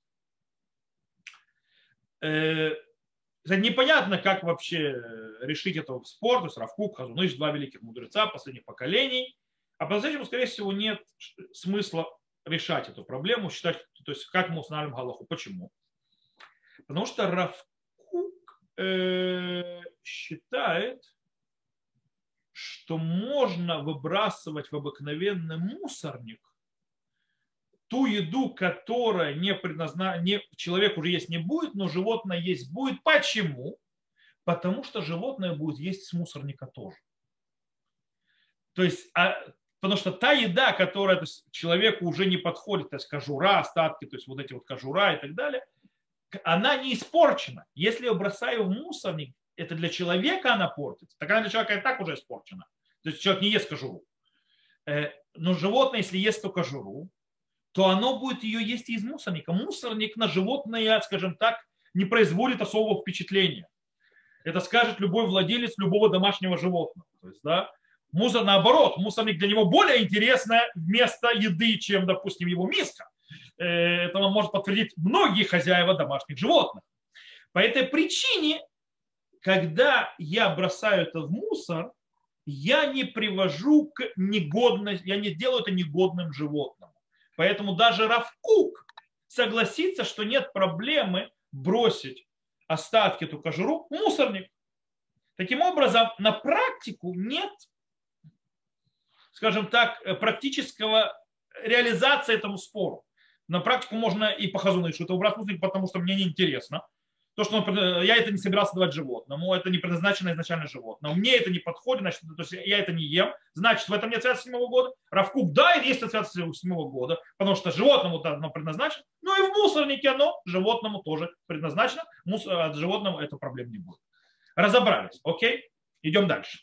Непонятно, как вообще решить это в спор. То есть Рав Кук, Хазуныш, два великих мудреца последних поколений. А по-настоящему, скорее всего, нет смысла решать эту проблему, считать, то есть как мы устанавливаем галаху. Почему? Потому что Рав Кук э, считает, что можно выбрасывать в обыкновенный мусорник ту еду, которая не предназначена, не, человек уже есть не будет, но животное есть будет. Почему? Потому что животное будет есть с мусорника тоже. То есть, а, потому что та еда, которая то есть, человеку уже не подходит, то есть кожура, остатки, то есть вот эти вот кожура и так далее, она не испорчена. Если я бросаю в мусорник, это для человека она портится, так она для человека и так уже испорчена. То есть человек не ест кожуру. Но животное, если ест только кожуру, то оно будет ее есть из мусорника. Мусорник на животное, скажем так, не производит особого впечатления. Это скажет любой владелец любого домашнего животного. То есть, да, мусор, наоборот, мусорник для него более интересное место еды, чем, допустим, его миска. Это он может подтвердить многие хозяева домашних животных. По этой причине, когда я бросаю это в мусор, я не привожу к негодности, я не делаю это негодным животным. Поэтому даже Рав Кук согласится, что нет проблемы бросить остатки эту кожуру в мусорник. Таким образом, на практику нет, скажем так, практического реализации этому спору. На практику можно и по Хазунышу это убрать в мусорник, потому что мне неинтересно. То, что он, я это не собирался давать животному, это не предназначено изначально животному. Мне это не подходит, значит, то есть я это не ем, значит, в этом нет святости седьмого года. Рав Кук, да, есть святости седьмого года, потому что животному оно предназначено, но и в мусорнике оно животному тоже предназначено, от животного это проблем не будет. Разобрались, окей? Идем дальше.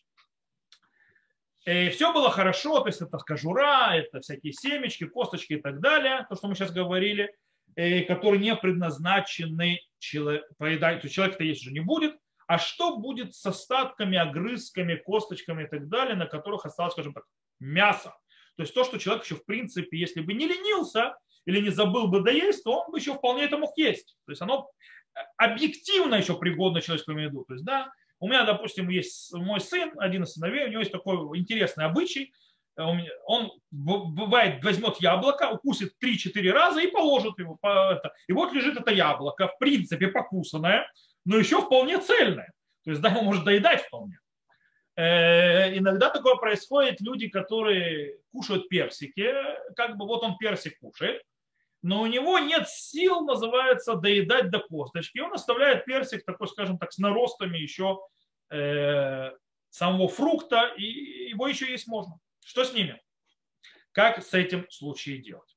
И все было хорошо, то есть это кожура, это всякие семечки, косточки и так далее, то, что мы сейчас говорили, которые не предназначены поедать, то человек-то есть уже не будет. А что будет с остатками, огрызками, косточками и так далее, на которых осталось, скажем так, мясо? То есть то, что человек еще в принципе, если бы не ленился или не забыл бы доесть, то он бы еще вполне это мог есть. То есть оно объективно еще пригодно человеческому еду. То есть, да, у меня, допустим, есть мой сын, один из сыновей, у него есть такой интересный обычай. Он, бывает, возьмет яблоко, укусит три-четыре раза и положит его. И вот лежит это яблоко, в принципе, покусанное, но еще вполне цельное. То есть, да, его может доедать вполне. Иногда такое происходит, люди, которые кушают персики, как бы вот он персик кушает, но у него нет сил, называется, доедать до косточки. И он оставляет персик такой, скажем так, с наростами еще самого фрукта, и его еще есть можно. Что с ними? Как с этим в случае делать?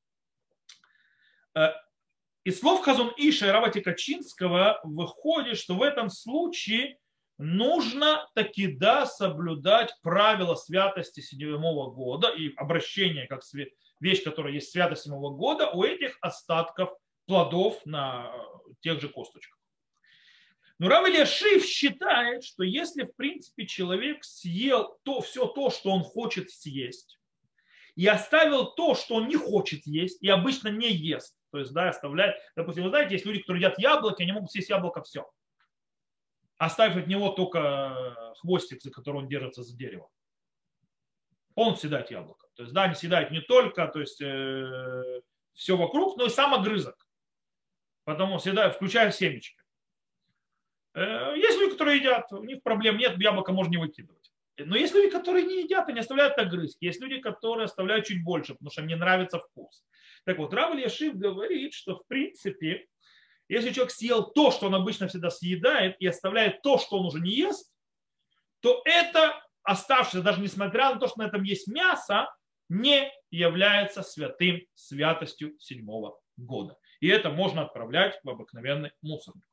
Из слов Хазон Иша и Рава Качинского выходит, что в этом случае нужно таки да соблюдать правила святости седьмого года и обращение как вещь, которая есть святость седьмого года, у этих остатков плодов на тех же косточках. Но Рав Элиашив считает, что если в принципе человек съел то, все то, что он хочет съесть, и оставил то, что он не хочет есть, и обычно не ест, то есть да, оставляет, допустим, вы знаете, есть люди, которые едят яблоки, они могут съесть яблоко все, оставив от него только хвостик, за который он держится за дерево. Он съедает яблоко. То есть, да, не съедает не только, то есть, э, все вокруг, но и сам огрызок. Потому съедает, включая семечки. Э, есть люди, которые едят, у них проблем нет, яблоко можно не выкидывать. Но есть люди, которые не едят, они оставляют огрызки. Есть люди, которые оставляют чуть больше, потому что им не нравится вкус. Так вот, Рав Элиашив говорит, что в принципе, если человек съел то, что он обычно всегда съедает, и оставляет то, что он уже не ест, то это оставшееся, даже несмотря на то, что на этом есть мясо, не является святым святостью седьмого года. И это можно отправлять в обыкновенный мусорник.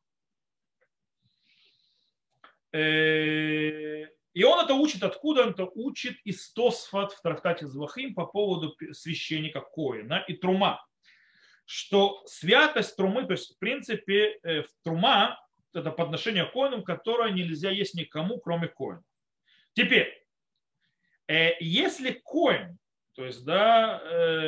И он это учит, откуда он это учит из Тосфот в трактате Звахим по поводу священника Коэна и Трума. Что святость Трумы, то есть в принципе Трума, это подношение Коэну, которое нельзя есть никому, кроме Коэна. Теперь, если Коэн, то есть да,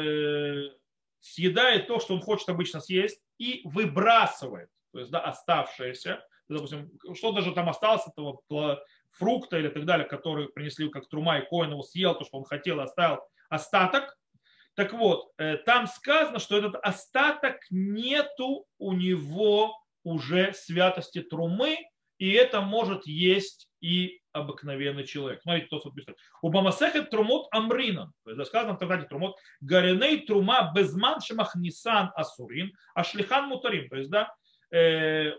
съедает то, что он хочет обычно съесть, и выбрасывает, то есть да, оставшееся, допустим, что даже там осталось от этого фрукта или так далее, который принесли как Трума, и Коэн его съел, то, что он хотел, оставил остаток. Так вот, там сказано, что этот остаток нету у него уже святости Трумы, и это может есть и обыкновенный человек. Смотрите, кто тут пишет. У Бамасехет Трумот Амринан, то есть сказано в трактате Трумот, Гареней Трума Безман Шемахнисан Асурин, Ашлихан Мутарим. То есть, да, э,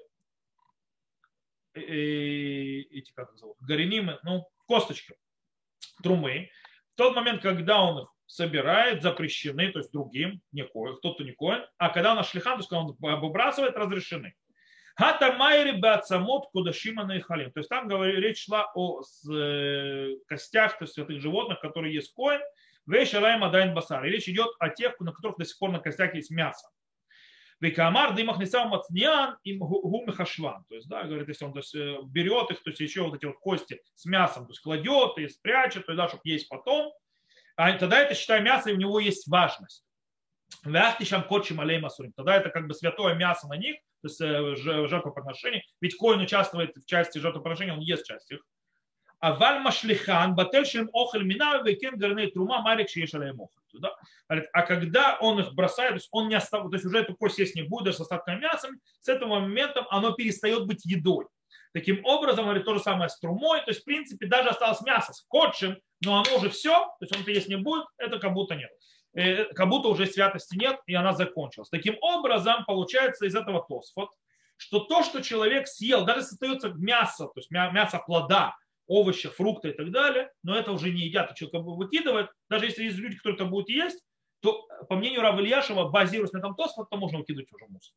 э, эти, как их зовут, Гаренимы, ну, косточки Трумы. В тот момент, когда он их собирает, запрещены, то есть другим, не коин, кто-то не коин, а когда он Ашлихан, то есть когда он выбрасывает, разрешены. Хата майри бацамот кудашима наихалим. То есть там речь шла о костях, то есть святых животных, которые есть коин, вейшалаем адайн басар. И речь идет о тех, на которых до сих пор на костях есть мясо. Вейкамар дымахнисам мацнян им гумихашван. То есть, да, говорит, если он то есть, берет их, то есть еще вот эти вот кости с мясом, то есть кладет и спрячет, то есть, да, чтобы есть потом, а тогда это, считай, мясо, и у него есть важность. Тогда это как бы святое мясо на них, то есть жертвоприношение. Ведь коин участвует в части жертвоприношения, он ест часть их. А валь машлихан бательшим охель мина векем горней трума марик шиешалей мохель. А когда он их бросает, то есть он не оставляет, то есть уже эту кость есть не будет, даже с остатками мяса, с этого момента оно перестает быть едой. Таким образом, говорит, то же самое с трумой, то есть в принципе даже осталось мясо с котчем, но оно уже все, то есть он это есть не будет, это как будто нет. Как будто уже святости нет, и она закончилась. Таким образом, получается из этого Тосфот, что то, что человек съел, даже если остается мясо, то есть мясо плода, овощи, фрукты и так далее, но это уже не едят, и человек выкидывает, даже если есть люди, которые это будут есть, то, по мнению Рава Ильяшева, базируясь на этом Тосфот, то можно выкидывать уже мусор.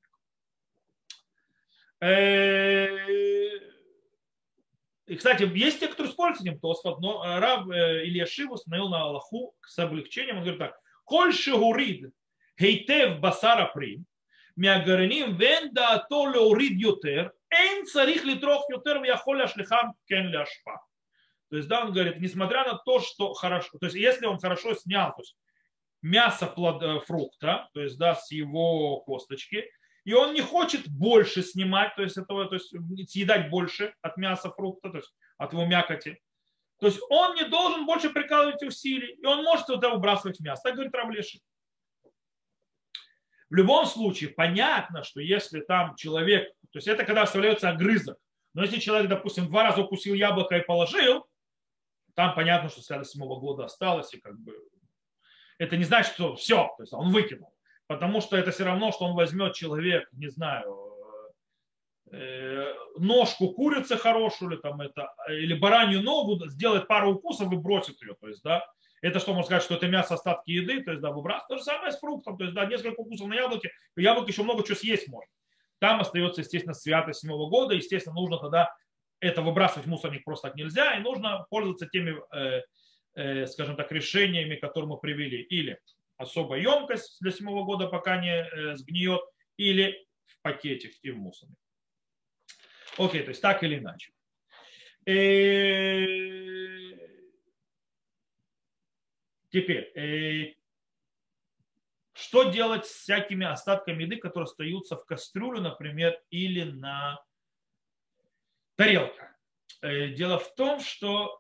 И, кстати, есть те, которые спорят с этим Тосфот, но Рав Ильяшив установил на Аллаху с облегчением, он говорит так: כל שהוריד היטב בשר הפרי מהגרעינים ואין דעתו להוריד יותר, אין צריך לטרוח יותר ויכול להשליכם כן להשפעה. То есть, да, он говорит, несмотря на то, что хорошо, то есть, если он хорошо снял, то есть, мясо плод, фрукта, то есть, да, с его косточки, и он не хочет больше снимать, то есть, этого, то есть, съедать больше от мяса фрукта, то есть, от его мякоти, то есть он не должен больше прикладывать усилий, и он может туда выбрасывать мясо. Так говорит Рав Элиашив. В любом случае, понятно, что если там человек, то есть это когда оставляется огрызок, но если человек, допустим, два раза укусил яблоко и положил, там понятно, что святость седьмого года осталась, и как бы это не значит, что все, то есть он выкинул. Потому что это все равно, что он возьмет человек, не знаю, ножку курицы хорошую или, там это, или баранью ногу, сделает пару укусов и бросит ее. То есть, да, это что можно сказать, что это мясо, остатки еды, то есть, да, выбрасывать. То же самое с фруктом, то есть, да, несколько укусов на яблоке, яблоко еще много чего съесть можно. Там остается, естественно, святость седьмого года, естественно, нужно тогда это выбрасывать в мусорник просто так нельзя, и нужно пользоваться теми, э, э, скажем так, решениями, которые мы привели. Или особая емкость для седьмого года, пока не э, сгниет, или в пакете и в мусорник. Окей, то есть так или иначе. И... Теперь, и... что делать с всякими остатками еды, которые остаются в кастрюле, например, или на тарелках? Дело в том, что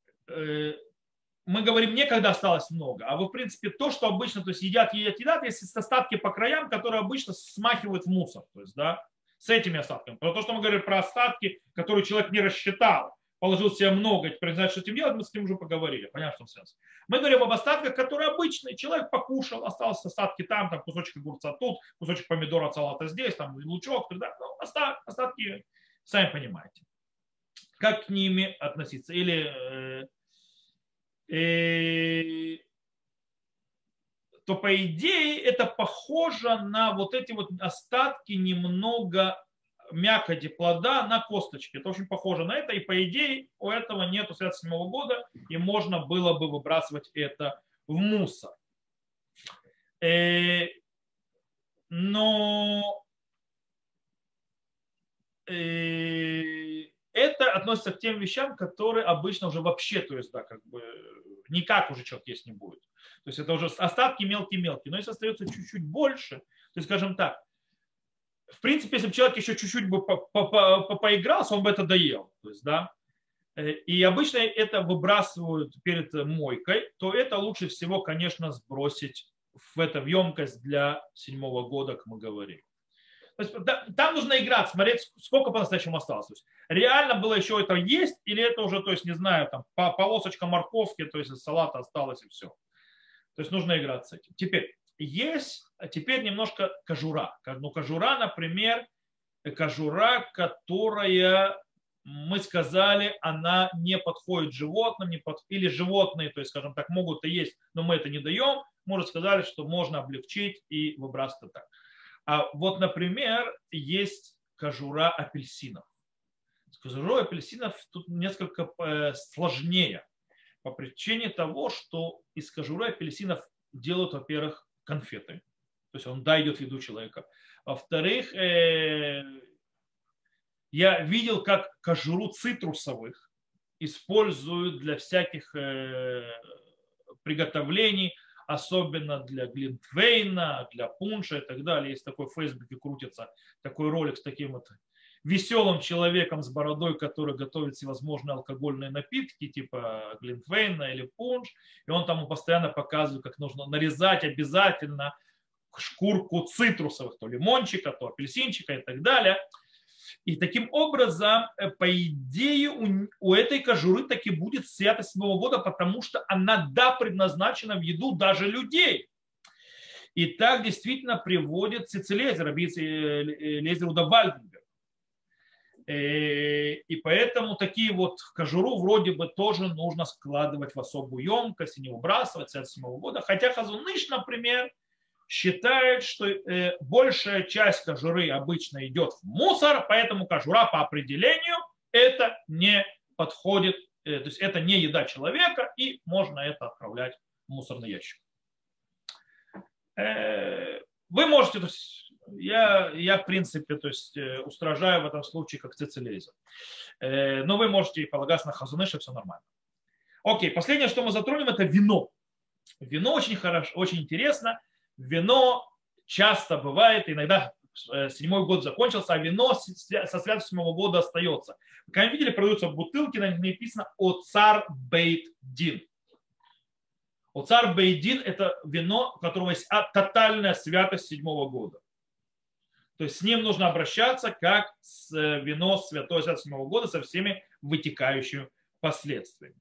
мы говорим не когда осталось много, а вы, в принципе, то, что обычно, то есть едят, едят, едят, есть остатки по краям, которые обычно смахивают в мусор, то есть, да, с этими остатками. Про то, что мы говорим про остатки, которые человек не рассчитал, положил себе много, теперь не знает, что с этим делать, мы с ним уже поговорили, понятно, в чем связь. Мы говорим об остатках, которые обычные, человек покушал, остался остатки там, там кусочек огурца тут, кусочек помидора от салата здесь, там лучок, тогда, ну, остатки, сами понимаете. Как к ними относиться? Или э, э, то по идее это похоже на вот эти вот остатки немного мякоти плода на косточке. Это очень похоже на это. И по идее у этого нету святого седьмого года, и можно было бы выбрасывать это в мусор. Э, но э, это относится к тем вещам, которые обычно уже вообще, то есть, да, как бы никак уже человек есть не будет. То есть это уже остатки мелкие-мелкие. Но если остается чуть-чуть больше, то есть, скажем так, в принципе, если бы человек еще чуть-чуть бы по -по -по поигрался, он бы это доел. То есть, да. И обычно это выбрасывают перед мойкой, то это лучше всего, конечно, сбросить в эту емкость для седьмого года, как мы говорим. То есть, да, там нужно играть, смотреть, сколько по-настоящему осталось. То есть, реально было еще это есть, или это уже, то есть, не знаю, там, полосочка морковки, то есть, салата осталось и все. То есть, нужно играть с этим. Теперь, есть, теперь немножко кожура. Ну, кожура, например, кожура, которая, мы сказали, она не подходит животным, не под... или животные, то есть, скажем так, могут и есть, но мы это не даем. Мы уже сказали, что можно облегчить и выбрасывать так. А вот, например, есть кожура апельсинов. С кожурой апельсинов тут несколько сложнее. По причине того, что из кожуры апельсинов делают, во-первых, конфеты. То есть он, да, идет в еду человека. Во-вторых, э, я видел, как кожуру цитрусовых используют для всяких э, приготовлений, особенно для глинтвейна, для пунша и так далее. Есть такой в Фейсбуке крутится такой ролик с таким вот веселым человеком с бородой, который готовит всевозможные алкогольные напитки, типа глинтвейна или пунш. И он там постоянно показывает, как нужно нарезать обязательно шкурку цитрусовых, то лимончика, то апельсинчика и так далее. И таким образом, по идее, у, у этой кожуры таки будет святость седьмого года, потому что она, да, предназначена в еду даже людей. И так действительно приводит Цицелезер, Лезер Уда Вальденберг. И поэтому такие вот кожуру вроде бы тоже нужно складывать в особую емкость и не выбрасывать святость седьмого года. Хотя Хазон Иш, например, считает, что э, большая часть кожуры обычно идет в мусор, поэтому кожура по определению это не подходит, э, то есть это не еда человека, и можно это отправлять в мусорный ящик. Э, вы можете, то есть, я, я в принципе, то есть, э, устражаю в этом случае как Цицелезер, э, но вы можете полагаться на Хазон Иша, все нормально. Окей, последнее, что мы затронем, это вино. Вино очень хорошо, очень интересно. Вино часто бывает, иногда седьмой год закончился, а вино со святого седьмого года остается. Как вы видели, продаются бутылки, на них написано «Оцар Бейт Дин». Оцар Бейт Дин – это вино, у которого есть тотальная святость седьмого года. То есть с ним нужно обращаться как с вино святого седьмого года со всеми вытекающими последствиями.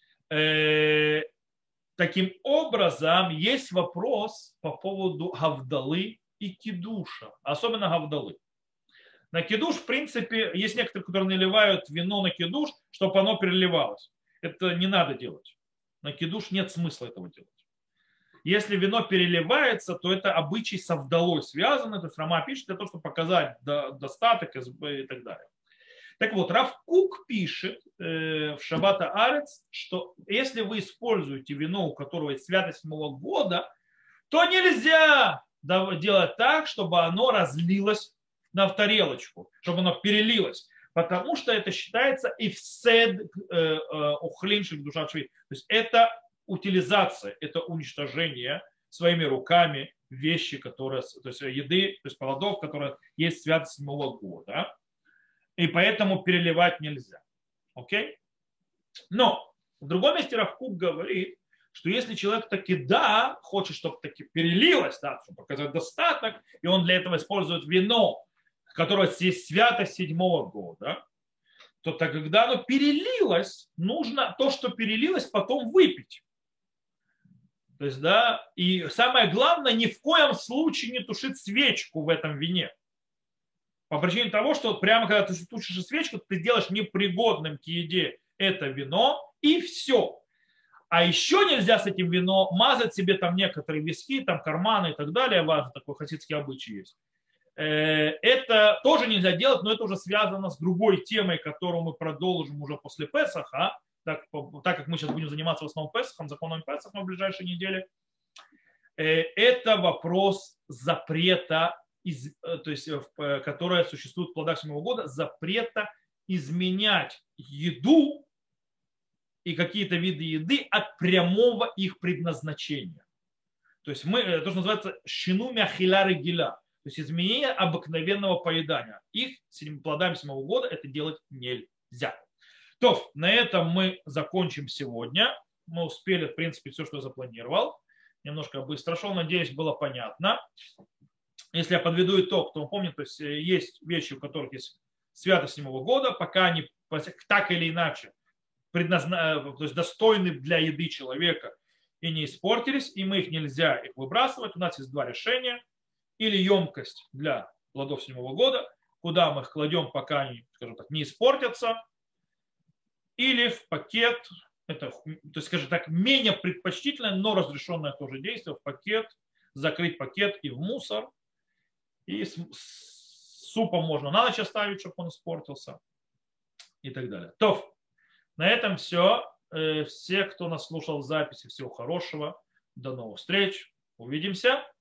Таким образом, есть вопрос по поводу гавдалы и кидуша, особенно гавдалы. На кидуш, в принципе, есть некоторые, которые наливают вино на кидуш, чтобы оно переливалось. Это не надо делать. На кидуш нет смысла этого делать. Если вино переливается, то это обычай с авдалой связано. То есть Рама пишет для того, чтобы показать достаток и так далее. Так вот, Рав Кук пишет э, в Шаббат Арец, что если вы используете вино, у которого есть святость седьмого года, то нельзя делать так, чтобы оно разлилось на тарелочку, чтобы оно перелилось. Потому что это считается ифсед охлинших душа шви. То есть это утилизация, это уничтожение своими руками вещи, которые, то есть еды, то есть плодов, которые есть святость седьмого года. И поэтому переливать нельзя. Окей? Но в другом месте Рав Кук говорит, что если человек таки да, хочет, чтобы таки перелилось, да, чтобы показать достаток, и он для этого использует вино, которое есть святость седьмого года, то так, когда оно перелилось, нужно то, что перелилось, потом выпить. То есть, да, и самое главное, ни в коем случае не тушить свечку в этом вине. По причине того, что прямо когда ты тушишь свечку, ты делаешь непригодным к еде это вино, и все. А еще нельзя с этим вином мазать себе там некоторые виски, там карманы и так далее. Важно, такой хасидский обычай есть. Это тоже нельзя делать, но это уже связано с другой темой, которую мы продолжим уже после Песаха. Так, так как мы сейчас будем заниматься в основном Песахом, законом Песаха в ближайшей неделе. Это вопрос запрета, то есть, которое существует в плодах седьмого года, запрета изменять еду и какие-то виды еды от прямого их предназначения. То есть мы, то, что называется шину мяхиля региля, то есть изменение обыкновенного поедания. Их плодами седьмого года это делать нельзя. То, на этом мы закончим сегодня. Мы успели, в принципе, все, что я запланировал. Немножко быстро шел, надеюсь, было понятно. Если я подведу итог, то вы помните, то есть есть вещи, у которых есть святость седьмого года, пока они так или иначе предназна... то есть достойны для еды человека и не испортились, и мы их нельзя их выбрасывать. У нас есть два решения. Или емкость для плодов седьмого года, куда мы их кладем, пока они, скажем так, не испортятся, или в пакет, это, то есть, скажем так, менее предпочтительное, но разрешенное тоже действие, в пакет, закрыть пакет и в мусор, и с, с супом можно на ночь оставить, чтобы он испортился, и так далее. То, на этом все. Все, кто нас слушал в записи, всего хорошего. До новых встреч. Увидимся.